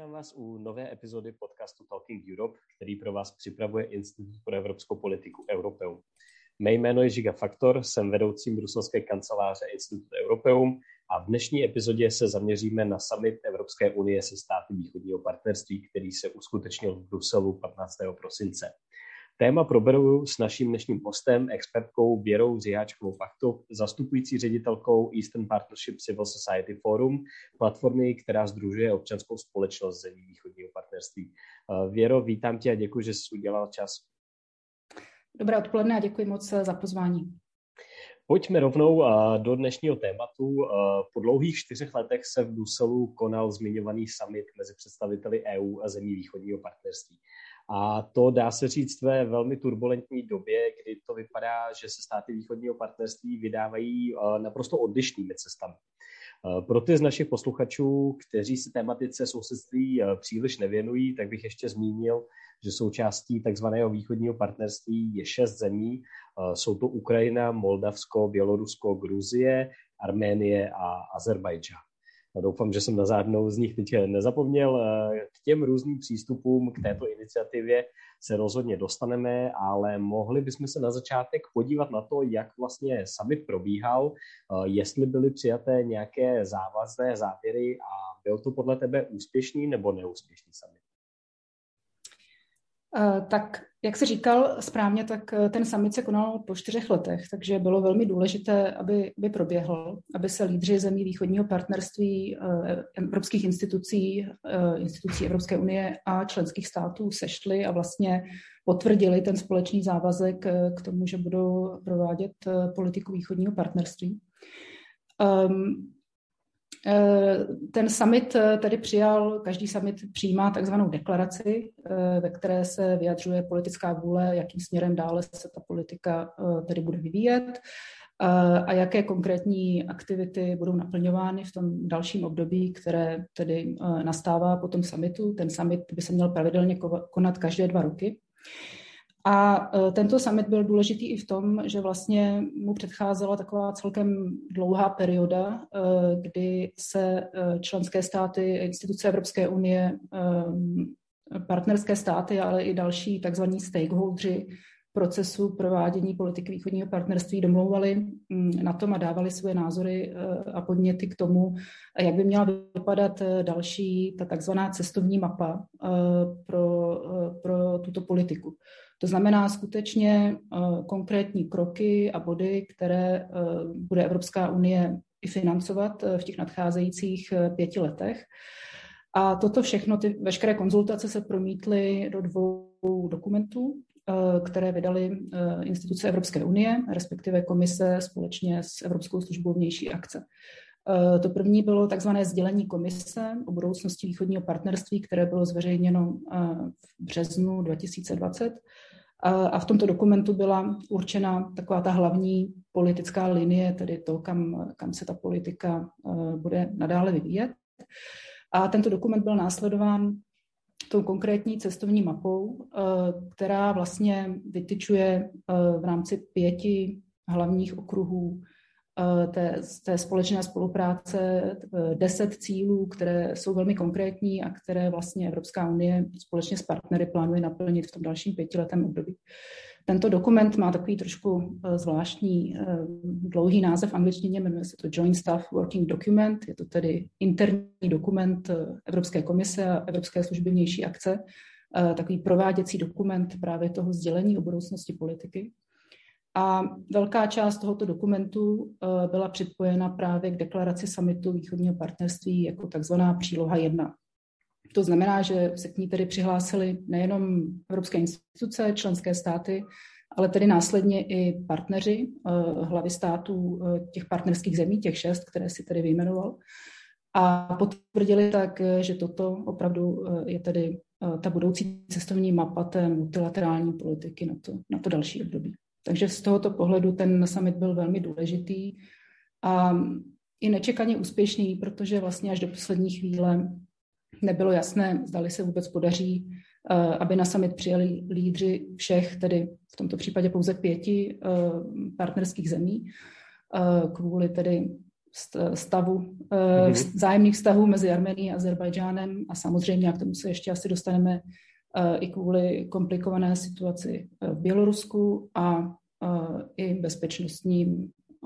Vítám vás u nové epizody podcastu Talking Europe, který pro vás připravuje Institut pro evropskou politiku Europeum. Mé jméno je Žiga Faktor, jsem vedoucím bruselské kanceláře Institutu Europeum a v dnešní epizodě se zaměříme na summit Evropské unie se státy východního partnerství, který se uskutečnil v Bruselu 15. prosince. Téma proberu s naším dnešním hostem, expertkou Věrou Ziháčkovou-Pachtovou, zastupující ředitelkou Eastern Partnership Civil Society Forum, platformy, která sdružuje občanskou společnost zemí východního partnerství. Věro, vítám tě a děkuji, že jsi udělal čas. Dobré odpoledne a děkuji moc za pozvání. Pojďme rovnou do dnešního tématu. Po dlouhých 4 letech se v Bruselu konal zmiňovaný summit mezi představiteli EU a zemí východního partnerství. A to dá se říct ve velmi turbulentní době, kdy to vypadá, že se státy východního partnerství vydávají naprosto odlišnými cestami. Pro ty z našich posluchačů, kteří se tématice sousedství příliš nevěnují, tak bych ještě zmínil, že součástí takzvaného východního partnerství je 6 zemí. Jsou to Ukrajina, Moldavsko, Bělorusko, Gruzie, Arménie a Azerbajdžán. Doufám, že jsem na žádnou z nich teď nezapomněl. K těm různým přístupům k této iniciativě se rozhodně dostaneme, ale mohli bychom se na začátek podívat na to, jak vlastně summit probíhal, jestli byly přijaté nějaké závazné závěry a byl to podle tebe úspěšný nebo neúspěšný summit? Tak, jak jsi říkal správně, tak ten summit se konal po 4 letech, takže bylo velmi důležité, aby proběhl, aby se lídři zemí východního partnerství, evropských institucí Evropské unie a členských států sešli a vlastně potvrdili ten společný závazek k tomu, že budou provádět politiku východního partnerství. Ten summit tedy každý summit přijímá takzvanou deklaraci, ve které se vyjadřuje politická vůle, jakým směrem dále se ta politika tedy bude vyvíjet a jaké konkrétní aktivity budou naplňovány v tom dalším období, které tedy nastává po tom summitu. Ten summit by se měl pravidelně konat každé 2 roky. A tento summit byl důležitý i v tom, že vlastně mu předcházela taková celkem dlouhá perioda, kdy se členské státy, instituce Evropské unie, partnerské státy, ale i další takzvaní stakeholdři procesu provádění politiky východního partnerství domlouvali na tom a dávali svoje názory a podněty k tomu, jak by měla vypadat další ta takzvaná cestovní mapa pro tuto politiku. To znamená skutečně konkrétní kroky a body, které bude Evropská unie i financovat v těch nadcházejících 5 letech. A toto všechno, veškeré konzultace se promítly do 2 dokumentů, které vydaly instituce Evropské unie, respektive komise společně s Evropskou službou vnější akce. To první bylo takzvané sdělení komise o budoucnosti východního partnerství, které bylo zveřejněno v březnu 2020. A v tomto dokumentu byla určena taková ta hlavní politická linie, tedy to, kam se ta politika bude nadále vyvíjet. A tento dokument byl následován tou konkrétní cestovní mapou, která vlastně vytyčuje v rámci 5 hlavních okruhů té společné spolupráce 10 cílů, které jsou velmi konkrétní a které vlastně Evropská unie společně s partnery plánuje naplnit v tom dalším 5letém období. Tento dokument má takový trošku zvláštní dlouhý název v angličtině, jmenuje se to Joint Staff Working Document, je to tedy interní dokument Evropské komise a Evropské služby vnější akce, takový prováděcí dokument právě toho sdělení o budoucnosti politiky. A velká část tohoto dokumentu byla připojena právě k deklaraci summitu východního partnerství jako takzvaná příloha 1. To znamená, že se k ní tedy přihlásili nejenom evropské instituce, členské státy, ale tedy následně i partneři, hlavy států těch partnerských zemí, těch 6, které si tedy vyjmenoval. A potvrdili tak, že toto opravdu je tedy ta budoucí cestovní mapa té multilaterální politiky na to další období. Takže z tohoto pohledu ten summit byl velmi důležitý a i nečekaně úspěšný, protože vlastně až do poslední chvíle nebylo jasné, zdali se vůbec podaří, aby na summit přijeli lídři všech, tedy v tomto případě pouze 5 partnerských zemí, kvůli tedy stavu, vzájemných vztahů mezi Arménií a Azerbajdžánem a samozřejmě, a k tomu se ještě asi dostaneme i kvůli komplikované situaci v Bělorusku a i bezpečnostním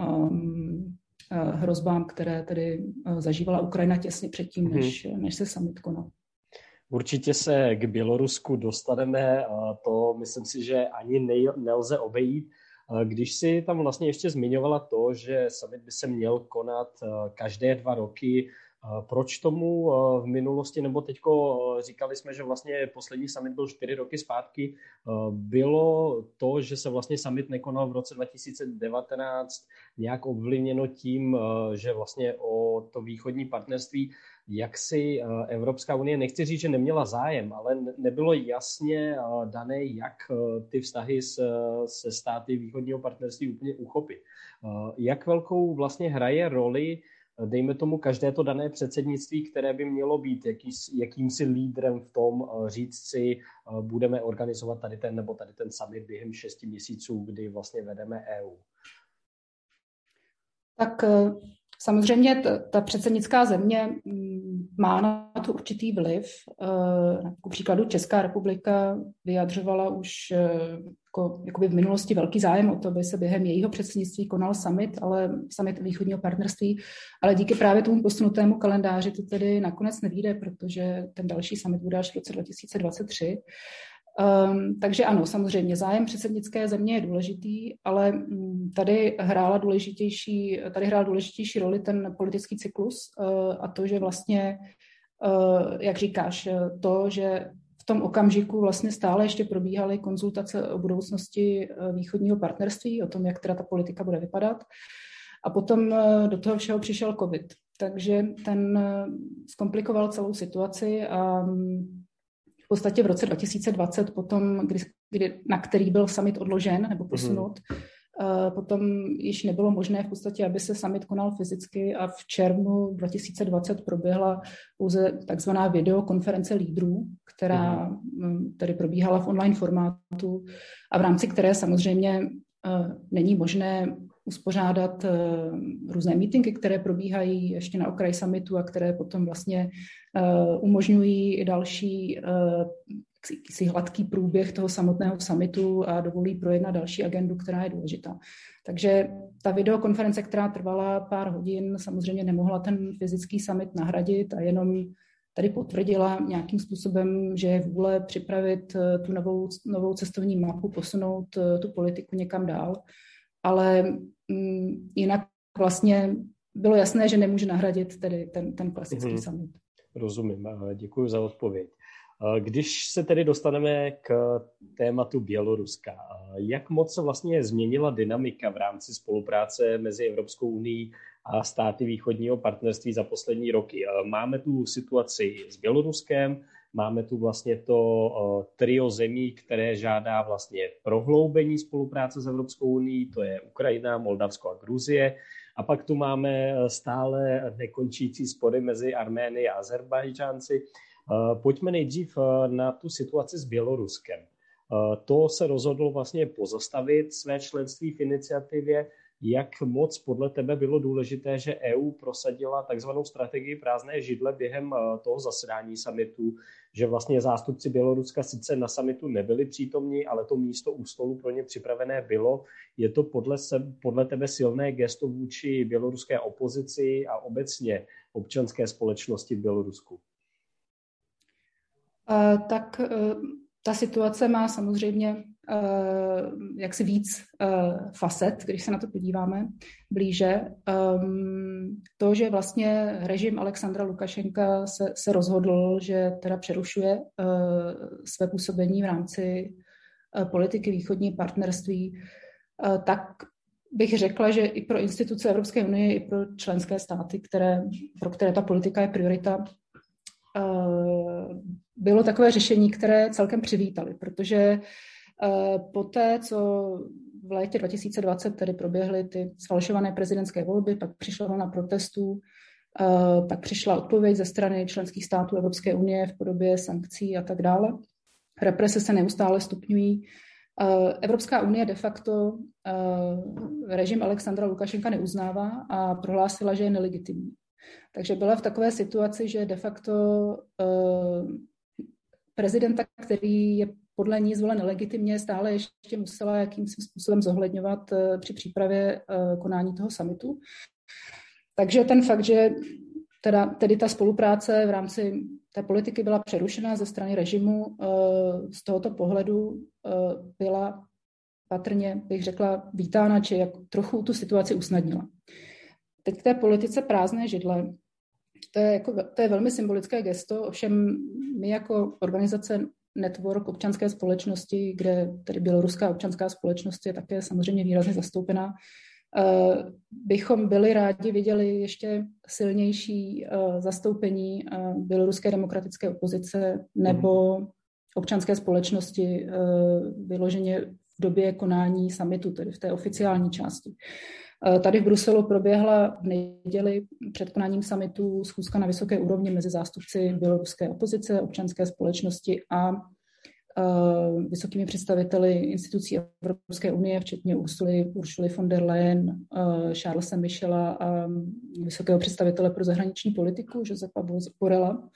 hrozbám, které tedy zažívala Ukrajina těsně předtím, než se summit konal. Určitě se k Bělorusku dostaneme, to myslím si, že ani nelze obejít. Když si tam vlastně ještě zmiňovala to, že summit by se měl konat každé 2 roky, proč tomu v minulosti, nebo teďko říkali jsme, že vlastně poslední summit byl 4 roky zpátky, bylo to, že se vlastně summit nekonal v roce 2019 nějak ovlivněno tím, že vlastně o to východní partnerství, jak si Evropská unie, nechci říct, že neměla zájem, ale nebylo jasně dané, jak ty vztahy se státy východního partnerství úplně uchopit. Jak velkou vlastně hraje roli, dejme tomu, každé to dané předsednictví, které by mělo být jakýmsi lídrem v tom říct si, budeme organizovat tady ten summit během 6 měsíců, kdy vlastně vedeme EU? Tak samozřejmě ta předsednická země má na to určitý vliv. Ku příkladu Česká republika vyjadřovala už jakoby v minulosti velký zájem o to, aby se během jejího předsednictví konal summit východního partnerství, ale díky právě tomu posunutému kalendáři to tedy nakonec nevyjde, protože ten další summit bude až v roce 2023. Takže ano, samozřejmě zájem předsednické země je důležitý, ale tady hrál důležitější roli ten politický cyklus a to, že vlastně, jak říkáš, to, že v tom okamžiku vlastně stále ještě probíhaly konzultace o budoucnosti východního partnerství, o tom, jak teda ta politika bude vypadat. A potom do toho všeho přišel COVID. Takže ten zkomplikoval celou situaci a v podstatě v roce 2020 potom, na který byl summit odložen nebo posunut, potom již nebylo možné v podstatě, aby se summit konal fyzicky a v červnu 2020 proběhla pouze takzvaná videokonference lídrů, která tady probíhala v online formátu a v rámci které samozřejmě není možné uspořádat různé meetingy, které probíhají ještě na okraji summitu a které potom vlastně umožňují i další hladký průběh toho samotného summitu a dovolí projednat další agendu, která je důležitá. Takže ta videokonference, která trvala pár hodin, samozřejmě nemohla ten fyzický summit nahradit a jenom tady potvrdila nějakým způsobem, že je vůle připravit tu novou cestovní mapu, posunout tu politiku někam dál. Ale jinak vlastně bylo jasné, že nemůže nahradit tedy ten klasický summit. Rozumím, děkuji za odpověď. Když se tedy dostaneme k tématu Běloruska, jak moc se vlastně změnila dynamika v rámci spolupráce mezi Evropskou unií a státy východního partnerství za poslední roky? Máme tu situaci s Běloruskem, máme tu vlastně to trio zemí, které žádá vlastně prohloubení spolupráce s Evropskou unií, to je Ukrajina, Moldavsko a Gruzie. A pak tu máme stále nekončící spory mezi Arménií a Azerbajdžánci. Pojďme nejdřív na tu situaci s Běloruskem. To se rozhodlo vlastně pozastavit své členství v iniciativě. Jak moc podle tebe bylo důležité, že EU prosadila takzvanou strategii prázdné židle během toho zasedání summitu, že vlastně zástupci Běloruska sice na summitu nebyli přítomní, ale to místo u stolu pro ně připravené bylo. Je to podle tebe silné gesto vůči běloruské opozici a obecně občanské společnosti v Bělorusku? Tak ta situace má samozřejmě jaksi víc facet, když se na to podíváme blíže. To, že vlastně režim Alexandra Lukašenka se rozhodl, že teda přerušuje své působení v rámci politiky východní partnerství, tak bych řekla, že i pro instituce Evropské unie, i pro členské státy, pro které ta politika je priorita, bylo takové řešení, které celkem přivítali, protože poté, co v létě 2020 tedy proběhly ty sfalšované prezidentské volby, pak přišla vlna protestů, pak přišla odpověď ze strany členských států Evropské unie v podobě sankcí a tak dále. Represe se neustále stupňují Evropská unie de facto režim Alexandra Lukašenka neuznává a prohlásila, že je nelegitimní. Takže byla v takové situaci, že de facto prezidenta, který je podle ní zvolen nelegitimně, stále ještě musela jakýmsi způsobem zohledňovat při přípravě konání toho summitu. Takže ten fakt, že tedy ta spolupráce v rámci té politiky byla přerušena ze strany režimu, z tohoto pohledu byla patrně, bych řekla, vítána, či jak trochu tu situaci usnadnila. Teď k té politice prázdné židle. To je velmi symbolické gesto, ovšem my jako organizace Network občanské společnosti, kde tedy běloruská občanská společnost je také samozřejmě výrazně zastoupená, bychom byli rádi viděli ještě silnější zastoupení běloruské demokratické opozice nebo občanské společnosti vyloženě v době konání summitu, tedy v té oficiální části. Tady v Bruselu proběhla v neděli před konáním summitu schůzka na vysoké úrovni mezi zástupci běloruské opozice, občanské společnosti a vysokými představiteli institucí Evropské unie, včetně Ursuly von der Leyen, Charlesa Michela a vysokého představitele pro zahraniční politiku Josepa Borrella,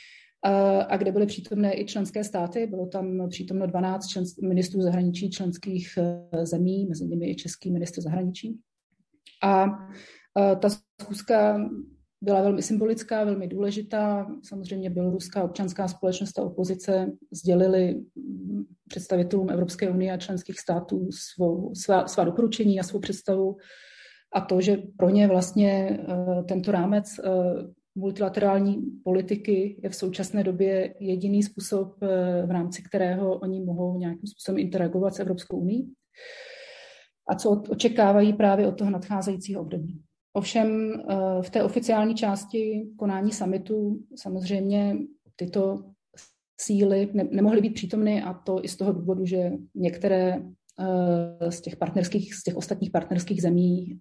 a kde byly přítomné i členské státy. Bylo tam přítomno 12 ministrů zahraničí členských zemí, mezi nimi i český ministr zahraničí. A ta schůzka byla velmi symbolická, velmi důležitá. Samozřejmě běloruská občanská společnost a opozice sdělili představitelům Evropské unie a členských států svá doporučení a svou představu a to, že pro ně vlastně tento rámec multilaterální politiky je v současné době jediný způsob, v rámci kterého oni mohou nějakým způsobem interagovat s Evropskou unií a co očekávají právě od toho nadcházejícího období. Ovšem v té oficiální části konání summitu samozřejmě tyto síly nemohly být přítomny a to i z toho důvodu, že některé z těch ostatních partnerských zemí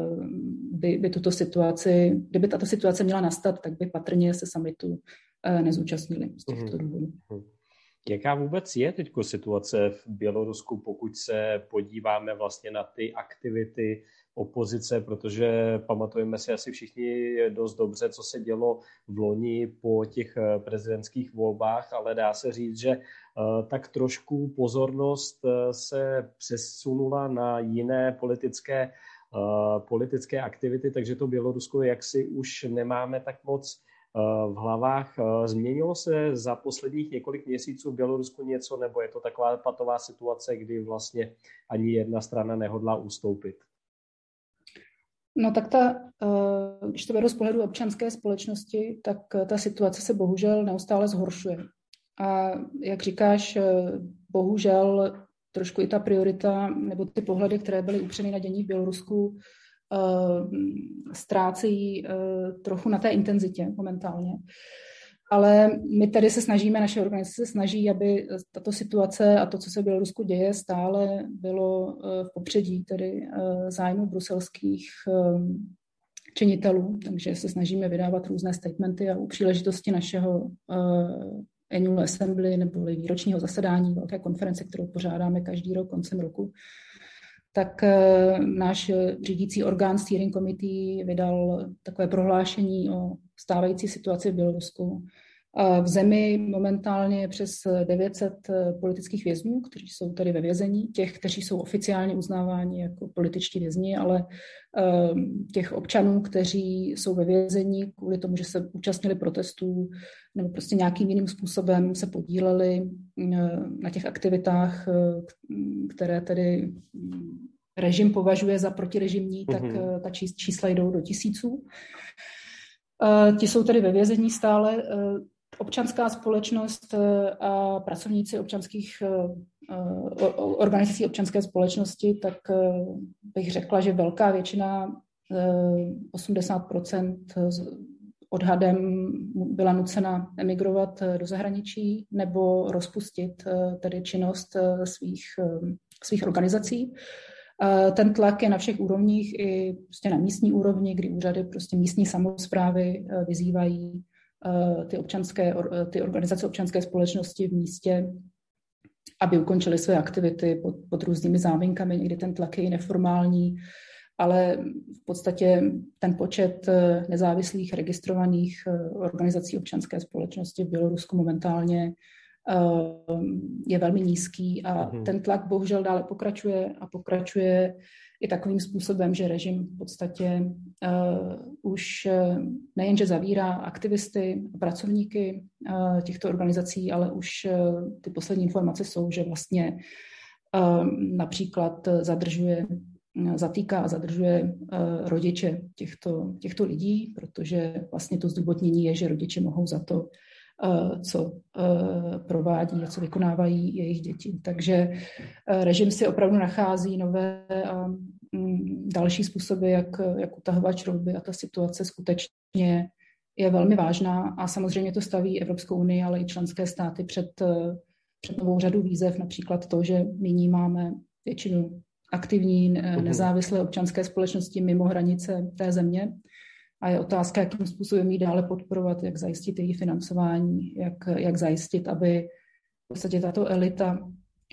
by tuto situaci, kdyby tato situace měla nastat, tak by patrně se summitu nezúčastnili z těchto důvodů. Jaká vůbec je teď situace v Bělorusku, pokud se podíváme vlastně na ty aktivity opozice, protože pamatujeme si asi všichni dost dobře, co se dělo v loni po těch prezidentských volbách, ale dá se říct, že tak trošku pozornost se přesunula na jiné politické aktivity, takže to Bělorusko jaksi už nemáme tak moc v hlavách. Změnilo se za posledních několik měsíců v Bělorusku něco, nebo je to taková patová situace, kdy vlastně ani jedna strana nehodlá ustoupit? No tak když to beru z pohledu občanské společnosti, tak ta situace se bohužel neustále zhoršuje. A jak říkáš, bohužel trošku i ta priorita, nebo ty pohledy, které byly upřeny na dění v Bělorusku, ztrácejí trochu na té intenzitě momentálně. Ale my tady se snažíme, naše organizace se snaží, aby tato situace a to, co se v Bělorusku děje, stále bylo v popředí tedy zájmu bruselských činitelů. Takže se snažíme vydávat různé statementy a u příležitosti našeho annual assembly nebo výročního zasedání, velké konference, kterou pořádáme každý rok koncem roku, tak náš řídící orgán Steering Committee vydal takové prohlášení o stávající situaci v Bělorusku. V zemi momentálně je přes 900 politických vězňů, kteří jsou tady ve vězení, těch, kteří jsou oficiálně uznáváni jako političtí vězni, ale těch občanů, kteří jsou ve vězení kvůli tomu, že se účastnili protestů nebo prostě nějakým jiným způsobem se podíleli na těch aktivitách, které tedy režim považuje za protirežimní, tak ta čísla jdou do tisíců. Ti jsou tedy ve vězení stále. Občanská společnost a pracovníci organizací občanské společnosti, tak bych řekla, že velká většina, 80% odhadem byla nucena emigrovat do zahraničí nebo rozpustit tedy činnost svých organizací. Ten tlak je na všech úrovních, i prostě na místní úrovni, kdy úřady prostě místní samosprávy vyzývají ty organizace občanské společnosti v místě, aby ukončili své aktivity pod různými záminkami. Někdy ten tlak je i neformální, ale v podstatě ten počet nezávislých registrovaných organizací občanské společnosti v Bělorusku momentálně je velmi nízký a ten tlak bohužel dále pokračuje i takovým způsobem, že režim v podstatě už nejenže zavírá aktivisty, pracovníky těchto organizací, ale už ty poslední informace jsou, že vlastně například zatýká a zadržuje rodiče těchto lidí, protože vlastně to zdůvodnění je, že rodiče mohou za to, co provádí a co vykonávají jejich děti. Takže režim si opravdu nachází nové a další způsoby, jak utahovat šrouby a ta situace skutečně je velmi vážná a samozřejmě to staví Evropskou unii, ale i členské státy před novou řadu výzev, například to, že nyní máme většinu aktivní nezávislé občanské společnosti mimo hranice té země a je otázka, jakým způsobem ji dále podporovat, jak zajistit její financování, jak zajistit, aby v podstatě tato elita,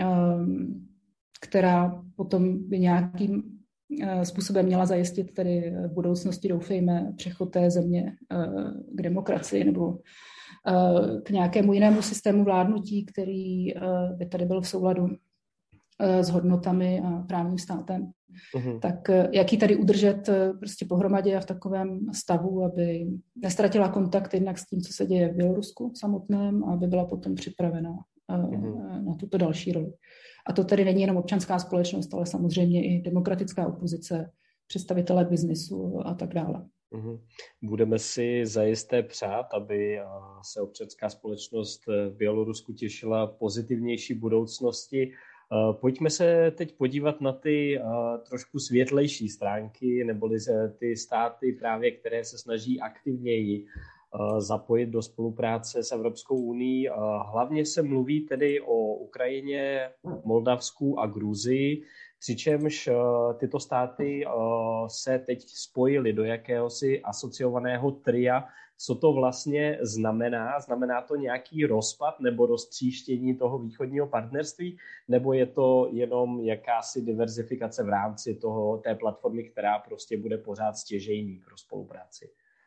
která potom by nějakým způsobem měla zajistit tedy v budoucnosti, doufejme, přechod té země k demokracii nebo k nějakému jinému systému vládnutí, který by tady byl v souladu s hodnotami a právním státem. Tak jak ji tady udržet prostě pohromadě a v takovém stavu, aby nestratila kontakt jednak s tím, co se děje v Bělorusku samotném, a aby byla potom připravena na tuto další roli. A to tady není jenom občanská společnost, ale samozřejmě i demokratická opozice, představitelé biznisu a tak dále. Budeme si zajisté přát, aby se občanská společnost v Bělorusku těšila pozitivnější budoucnosti. Pojďme se teď podívat na ty trošku světlejší stránky, neboli ty státy právě, které se snaží aktivněji zapojit do spolupráce s Evropskou unií. Hlavně se mluví tedy o Ukrajině, Moldavsku a Gruzii, přičemž tyto státy se teď spojily do jakéhosi asociovaného tria. Co to vlastně znamená? Znamená to nějaký rozpad nebo roztříštění toho východního partnerství? Nebo je to jenom jakási diverzifikace v rámci té platformy, která prostě bude pořád stěžejní pro spolupráci?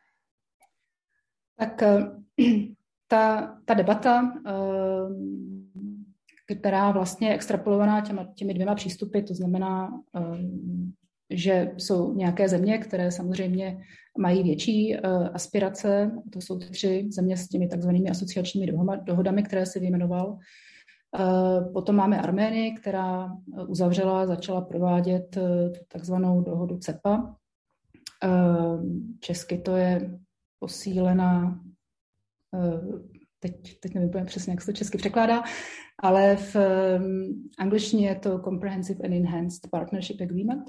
Tak ta debata, která vlastně je extrapolovaná těmi dvěma přístupy, to znamená, že jsou nějaké země, které samozřejmě mají větší aspirace, to jsou 3 země s těmi takzvanými asociačními dohodami, které si vyjmenoval. Potom máme Arménii, která začala provádět takzvanou dohodu CEPA. Česky to je posílená, teď nevím přesně, jak se to česky překládá, ale v angličtině je to Comprehensive and Enhanced Partnership Agreement.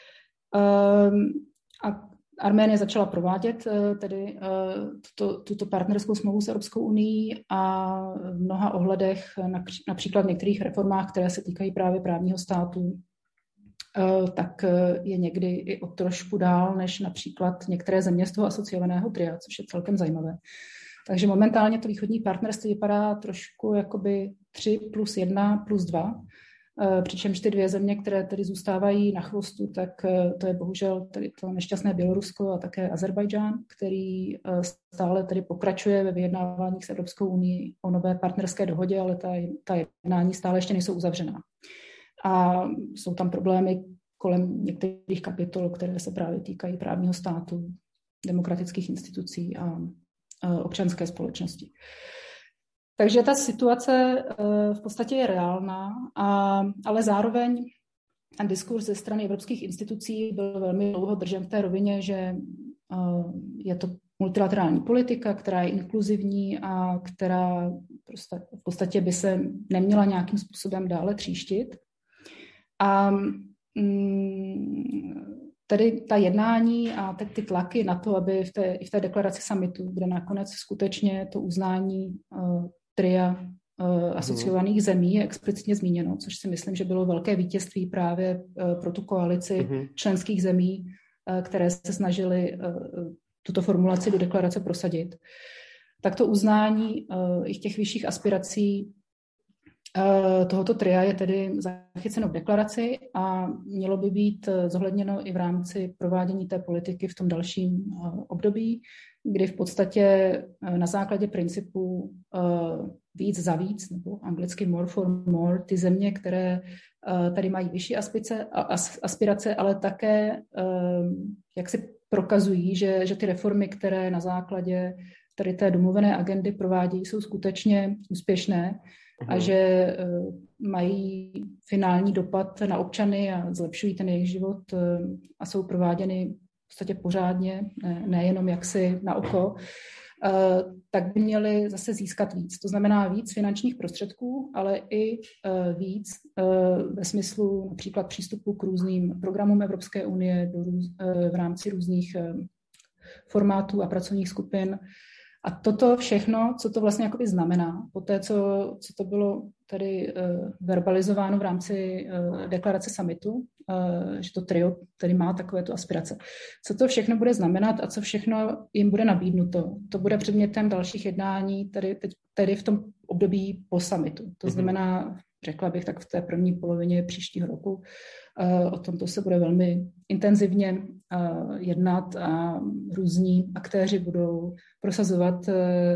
A Arménie začala provádět tedy tuto partnerskou smlouvu s Evropskou unií a v mnoha ohledech, například v některých reformách, které se týkají právě právního státu, tak je někdy i o trošku dál než například některé země z toho asociovaného tria, což je celkem zajímavé. Takže momentálně to východní partnerství vypadá trošku jakoby 3+1+2, přičemž ty 2 země, které tedy zůstávají na chvostu, tak to je bohužel tedy to nešťastné Bělorusko a také Azerbajdžán, který stále tedy pokračuje ve vyjednáváních s Evropskou unií o nové partnerské dohodě, ale ta jednání stále ještě nejsou uzavřená. A jsou tam problémy kolem některých kapitol, které se právě týkají právního státu, demokratických institucí a občanské společnosti. Takže ta situace v podstatě je reálná, ale zároveň ten diskurs ze strany evropských institucí byl velmi dlouho držen v té rovině, že je to multilaterální politika, která je inkluzivní a která prostě v podstatě by se neměla nějakým způsobem dále tříštit. A tedy ta jednání a ty tlaky na to, aby v té deklaraci summitu, kde nakonec skutečně to uznání tria asociovaných zemí je explicitně zmíněno, což si myslím, že bylo velké vítězství právě pro tu koalici členských zemí, které se snažily tuto formulaci do deklarace prosadit. Tak to uznání i těch vyšších aspirací tohoto tria je tedy zachyceno v deklaraci a mělo by být zohledněno i v rámci provádění té politiky v tom dalším období, kdy v podstatě na základě principu víc za víc, nebo anglicky more for more, ty země, které tady mají vyšší aspirace, ale také jak si prokazují, že ty reformy, které na základě tady té domluvené agendy provádějí, jsou skutečně úspěšné a že mají finální dopad na občany a zlepšují ten jejich život a jsou prováděny v podstatě pořádně, nejenom jaksi na oko, tak by měli zase získat víc. To znamená víc finančních prostředků, ale i víc ve smyslu například přístupu k různým programům Evropské unie v rámci různých formátů a pracovních skupin. A toto všechno, co to vlastně jakoby znamená, po té, co to bylo tady verbalizováno v rámci deklarace summitu, že to trio tady má takovéto aspirace. Co to všechno bude znamenat a co všechno jim bude nabídnuto, to bude předmětem dalších jednání tady v tom období po summitu. To znamená, řekla bych tak v té první polovině příštího roku, o tomto se bude velmi intenzivně jednat a různí aktéři budou prosazovat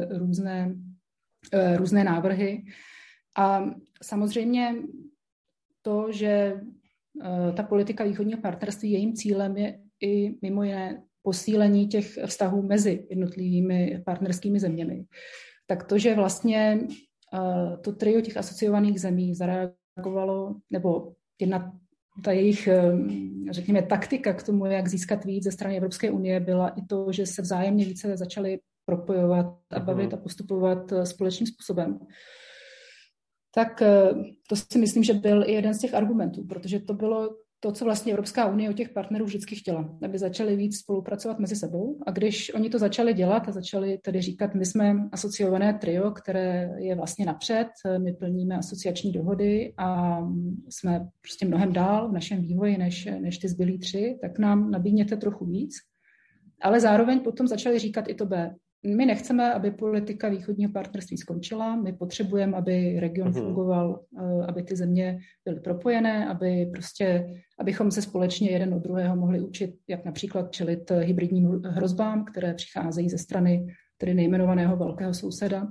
různé návrhy. A samozřejmě to, že ta politika východního partnerství, jejím cílem je i mimo jiné posílení těch vztahů mezi jednotlivými partnerskými zeměmi. Tak to, že vlastně to trio těch asociovaných zemí zareagovalo, nebo ta jejich, řekněme, taktika k tomu, jak získat víc ze strany Evropské unie, byla i to, že se vzájemně více začaly propojovat a bavit a postupovat společným způsobem. Tak to si myslím, že byl i jeden z těch argumentů, protože to bylo to, co vlastně Evropská unie od těch partnerů vždycky chtěla, aby začali víc spolupracovat mezi sebou. A když oni to začali dělat a začali tedy říkat, my jsme asociované trio, které je vlastně napřed, my plníme asociační dohody a jsme prostě mnohem dál v našem vývoji než ty zbylí tři, tak nám nabídněte trochu víc. Ale zároveň potom začali říkat i to B. My nechceme, aby politika východního partnerství skončila, my potřebujeme, aby region fungoval, aby ty země byly propojené, abychom se společně jeden od druhého mohli učit, jak například čelit hybridním hrozbám, které přicházejí ze strany tedy nejmenovaného velkého souseda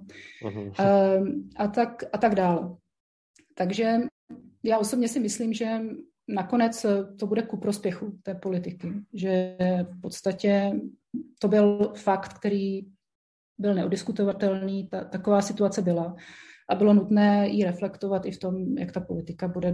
a tak dále. Takže já osobně si myslím, že nakonec to bude ku prospěchu té politiky, že v podstatě to byl fakt, který byl neodiskutovatelný, taková situace byla a bylo nutné ji reflektovat i v tom, jak ta politika bude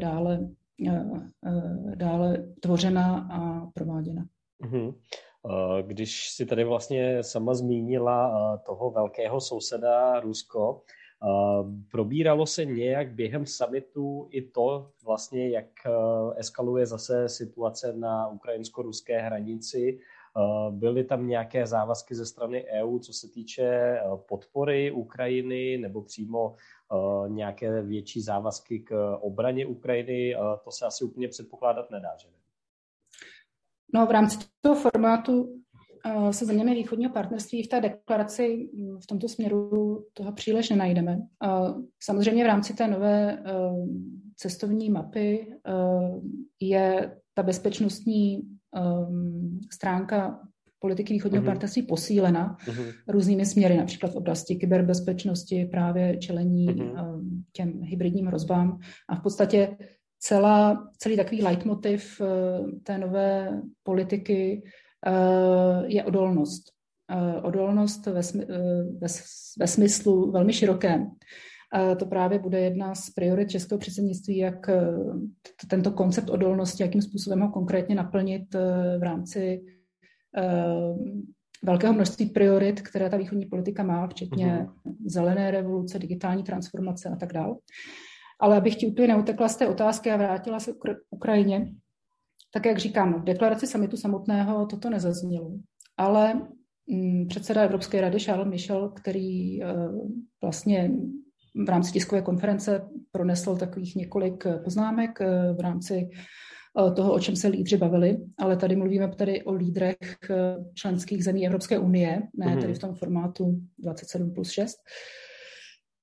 dále tvořena a prováděna. Když si tady vlastně sama zmínila toho velkého souseda Rusko, probíralo se nějak během summitu i to vlastně, jak eskaluje zase situace na ukrajinsko-ruské hranici? Byly tam nějaké závazky ze strany EU, co se týče podpory Ukrajiny, nebo přímo nějaké větší závazky k obraně Ukrajiny? To se asi úplně předpokládat nedá, že ne? No, v rámci toho formátu se zeměmi východního partnerství v té deklaraci v tomto směru toho příliš nenajdeme. Samozřejmě v rámci té nové cestovní mapy je ta bezpečnostní stránka politiky východního partnerství posílena různými směry, například v oblasti kyberbezpečnosti, právě čelení těm hybridním hrozbám. A v podstatě celý takový leitmotiv té nové politiky je odolnost. Odolnost ve smyslu velmi širokém. To právě bude jedna z priorit českého předsednictví, jak tento koncept odolnosti, jakým způsobem ho konkrétně naplnit v rámci velkého množství priorit, které ta východní politika má, včetně zelené revoluce, digitální transformace a tak dále. Ale abych ti úplně neutekla z té otázky a vrátila se k Ukrajině, tak jak říkám, v deklaraci summitu samotného toto nezaznělo. Ale předseda Evropské rady Charles Michel, který vlastně v rámci tiskové konference pronesl takových několik poznámek v rámci toho, o čem se lídři bavili, ale tady mluvíme tady o lídrech členských zemí Evropské unie, ne tedy v tom formátu 27+6.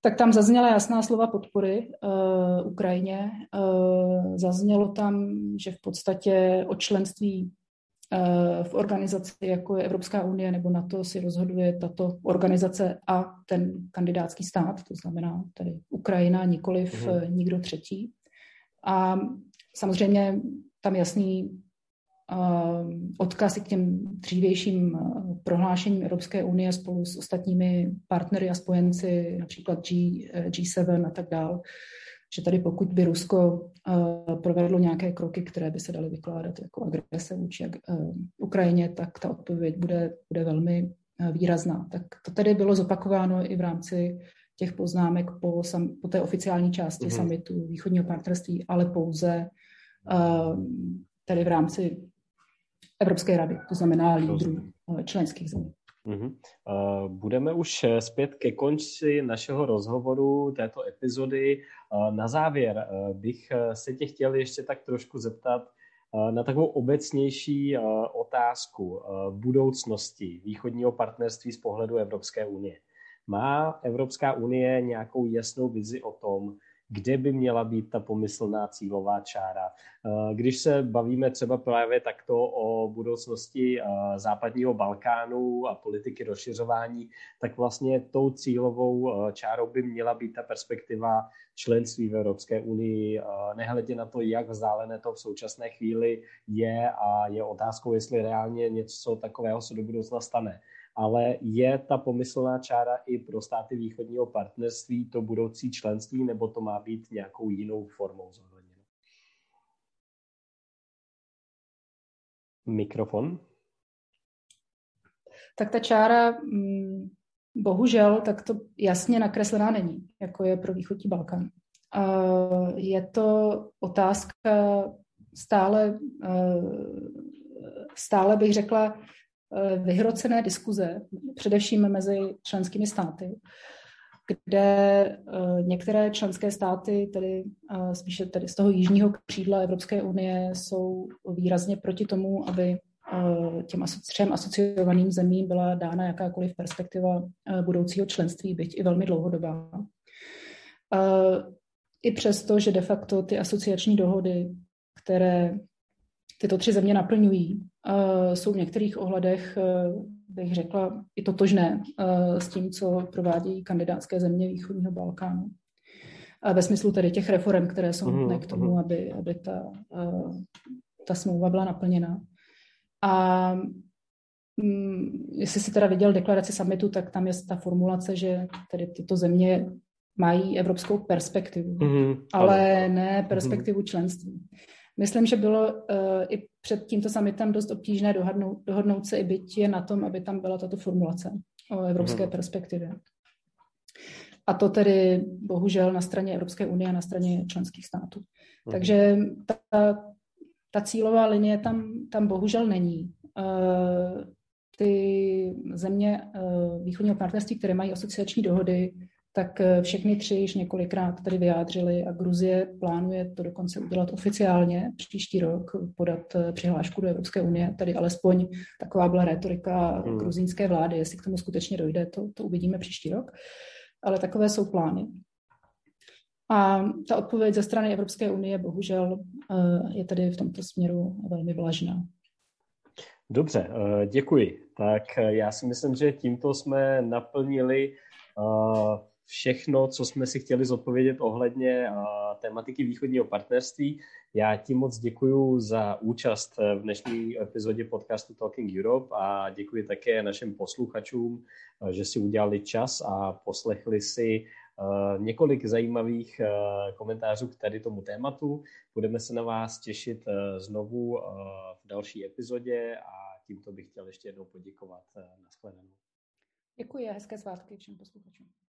Tak tam zazněla jasná slova podpory Ukrajině. Zaznělo tam, že v podstatě o členství v organizaci, jako je Evropská unie nebo NATO, si rozhoduje tato organizace a ten kandidátský stát, to znamená tedy Ukrajina, nikoliv nikdo třetí. A samozřejmě tam jasný odkaz i k těm dřívějším prohlášením Evropské unie spolu s ostatními partnery a spojenci, například G7 a tak dál, že tady pokud by Rusko provedlo nějaké kroky, které by se daly vykládat jako agrese vůči Ukrajině, tak ta odpověď bude velmi výrazná. Tak to tedy bylo zopakováno i v rámci těch poznámek po té oficiální části summitu východního partnerství, ale pouze tedy v rámci Evropské rady, to znamená lídrů členských zemí. Budeme už zpět ke konci našeho rozhovoru této epizody. Na závěr bych se tě chtěl ještě tak trošku zeptat na takovou obecnější otázku budoucnosti východního partnerství z pohledu Evropské unie. Má Evropská unie nějakou jasnou vizi o tom, kde by měla být ta pomyslná cílová čára? Když se bavíme třeba právě takto o budoucnosti západního Balkánu a politiky rozšiřování, tak vlastně tou cílovou čárou by měla být ta perspektiva členství v Evropské unii, nehledě na to, jak vzdálené to v současné chvíli je a je otázkou, jestli reálně něco takového se do budoucna stane. Ale je ta pomyslná čára i pro státy východního partnerství to budoucí členství, nebo to má být nějakou jinou formou zohledněno? Mikrofon? Tak ta čára, bohužel, tak to jasně nakreslená není, jako je pro východní Balkán. Je to otázka stále bych řekla, vyhrocené diskuze, především mezi členskými státy, kde některé členské státy, tedy spíše tedy z toho jižního křídla Evropské unie, jsou výrazně proti tomu, aby těm třem asociovaným zemím byla dána jakákoliv perspektiva budoucího členství, byť i velmi dlouhodobá. I přesto, že de facto ty asociační dohody, které tyto tři země naplňují, jsou v některých ohledech, bych řekla, i totožné s tím, co provádějí kandidátské země východního Balkánu. Ve smyslu tedy těch reform, které jsou nutné k tomu, aby ta smlouva byla naplněna. A jestli si teda viděl deklaraci summitu, tak tam je ta formulace, že tedy tyto země mají evropskou perspektivu, ale ne perspektivu členství. Myslím, že bylo i před tímto summitem dost obtížné dohodnout se, i byť je na tom, aby tam byla tato formulace o evropské perspektivě. A to tedy bohužel na straně Evropské unie a na straně členských států. Takže ta cílová linie tam bohužel není. Ty země východního partnerství, které mají asociační dohody, tak všechny tři již několikrát tady vyjádřili a Gruzie plánuje to dokonce udělat oficiálně příští rok, podat přihlášku do Evropské unie. Tady alespoň taková byla rétorika gruzínské vlády. Jestli k tomu skutečně dojde, to uvidíme příští rok. Ale takové jsou plány. A ta odpověď ze strany Evropské unie bohužel je tady v tomto směru velmi vlažná. Dobře, děkuji. Tak já si myslím, že tímto jsme naplnili všechno, co jsme si chtěli zodpovědět ohledně tematiky východního partnerství. Já ti moc děkuji za účast v dnešní epizodě podcastu Talking Europe a děkuji také našim posluchačům, že si udělali čas a poslechli si několik zajímavých komentářů k tady tomu tématu. Budeme se na vás těšit znovu v další epizodě a tímto bych chtěl ještě jednou poděkovat. Nashledanou. Děkuji a hezké svátky všem posluchačům.